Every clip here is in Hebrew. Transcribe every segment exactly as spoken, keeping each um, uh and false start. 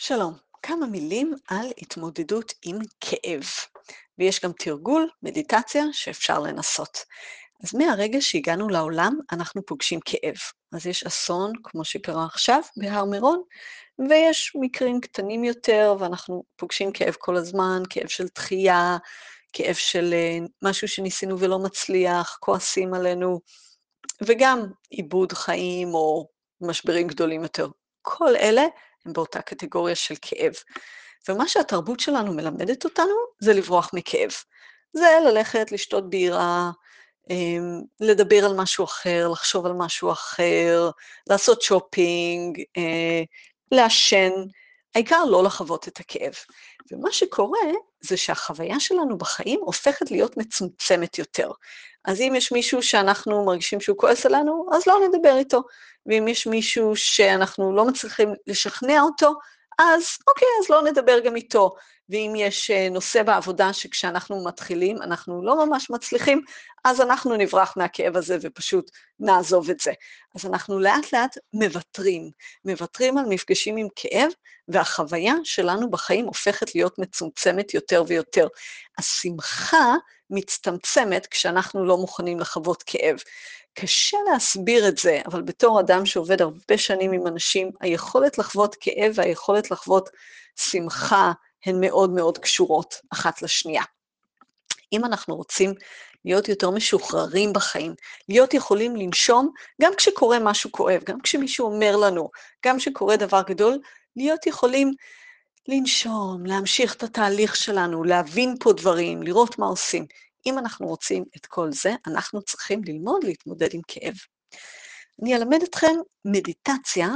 שלום, כמה מילים על התמודדות עם כאב. ויש גם תרגול, מדיטציה, שאפשר לנסות. אז מהרגע שהגענו לעולם, אנחנו פוגשים כאב. אז יש אסון, כמו שקרה עכשיו, בהר מירון, ויש מקרים קטנים יותר, ואנחנו פוגשים כאב כל הזמן, כאב של דחייה, כאב של אה, משהו שניסינו ולא מצליח, כועסים עלינו, וגם עיבוד חיים או משברים גדולים יותר. כל אלה הם באותה קטגוריה של כאב. ומה שהתרבות שלנו מלמדת אותנו זה לברוח מכאב. זה ללכת, לשתות בירה, אמ, לדבר על משהו אחר, לחשוב על משהו אחר, לעשות שופינג, אה, לעשן, העיקר לא לחוות את הכאב. ומה שקורה זה שהחוויה שלנו בחיים הופכת להיות מצומצמת יותר. אז אם יש מישהו שאנחנו מרגישים שהוא כועס עלינו, אז לא נדבר איתו. ואם יש מישהו שאנחנו לא מצליחים לשכנע אותו, אז אוקיי, אז לא נדבר גם איתו. ואם יש אה, נושא בעבודה שכשאנחנו מתחילים, אנחנו לא ממש מצליחים, אז אנחנו נברח מהכאב הזה ופשוט נעזוב את זה. אז אנחנו לאט לאט מוותרים, מוותרים על מפגשים עם כאב, והחוויה שלנו בחיים הופכת להיות מצומצמת יותר ויותר. השמחה מצטמצמת כשאנחנו לא מוכנים לחוות כאב. קשה להסביר את זה, אבל בתור אדם שעובד הרבה שנים עם אנשים, היכולת לחוות כאב והיכולת לחוות שמחה הן מאוד מאוד קשורות אחת לשנייה. אם אנחנו רוצים להיות יותר משוחררים בחיים, להיות יכולים לנשום, גם כשקורה משהו כואב, גם כשמישהו אומר לנו, גם כשקורה דבר גדול, להיות יכולים לנשום, להמשיך את התהליך שלנו, להבין פה דברים, לראות מה עושים. אם אנחנו רוצים את כל זה, אנחנו צריכים ללמוד להתמודד עם כאב. אני אלמד אתכם מדיטציה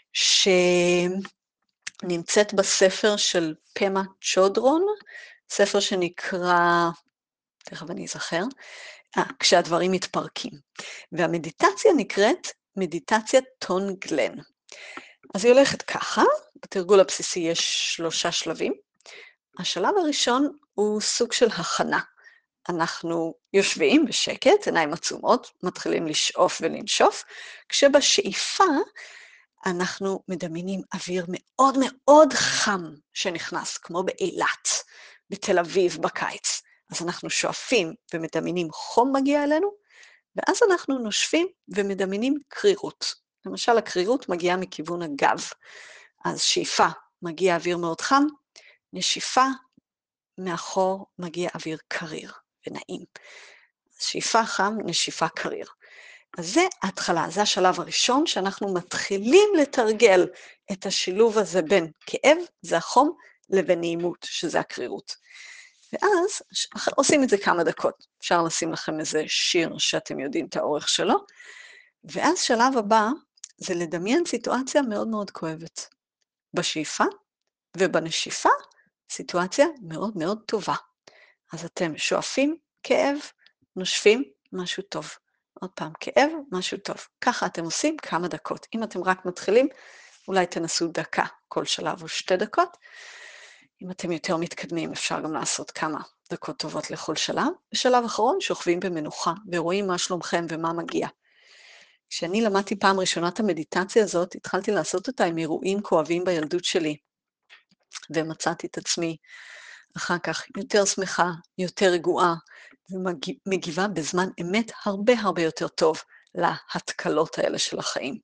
שנמצאת בספר של פמה צ'ודרון, ספר שנקרא, תכף אני אזכר, אה, כשהדברים מתפרקים. והמדיטציה נקראת מדיטציית טון גלן. אז היא הולכת ככה, בתרגול הבסיסי יש שלושה שלבים. השלב הראשון הוא סוג של הכנה. אנחנו יושבים בשקט, עיניים עצומות, מתחילים לשאוף ולנשוף, כשבשאיפה אנחנו מדמיינים אוויר מאוד מאוד חם שנכנס, כמו באילת, בתל אביב בקיץ. אז אנחנו שואפים ומדמיינים חום מגיע אלינו, ואז אנחנו נושפים ומדמיינים קרירות. למשל, הקרירות מגיעה מכיוון הגב. אז שאיפה מגיע אוויר מאוד חם, נשיפה מאחור מגיע אוויר קריר ונעים. שאיפה חם, נשיפה קריר. אז זה ההתחלה, זה השלב הראשון שאנחנו מתחילים לתרגל את השילוב הזה בין כאב, זה החום, לבין נעימות, שזה הקרירות. ואז עושים את זה כמה דקות. אפשר לשים לכם איזה שיר שאתם יודעים את האורך שלו, ואז שלב הבא זה לדמיין סיטואציה מאוד מאוד כואבת. בשאיפה ובנשיפה, סיטואציה מאוד מאוד טובה. אז אתם שואפים כאב, נושפים משהו טוב. עוד פעם, כאב, משהו טוב. ככה אתם עושים כמה דקות. אם אתם רק מתחילים, אולי תנסו דקה כל שלב או שתי דקות. אם אתם יותר מתקדמים, אפשר גם לעשות כמה דקות טובות לכל שלב. בשלב אחרון, שוכבים במנוחה, ורואים מה שלומכם ומה מגיע. כשאני למדתי פעם ראשונה את המדיטציה הזאת, התחלתי לעשות אותה עם אירועים כואבים בילדות שלי, ומצאתי את עצמי אחר כך יותר שמחה, יותר רגועה, ומגיבה בזמן אמת הרבה הרבה יותר טוב להתקלות האלה של החיים.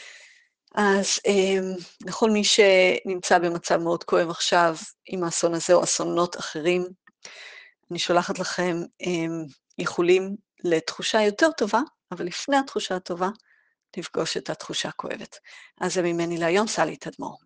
אז לכל מי שנמצא במצב מאוד כואב עכשיו, עם האסון הזה או אסונות אחרים, אני שולחת לכם איחולים לתחושה יותר טובה, אבל לפני התחושה הטובה, לפגוש את התחושה הכואבת. אז זה ממני להיום, סלי תדמור.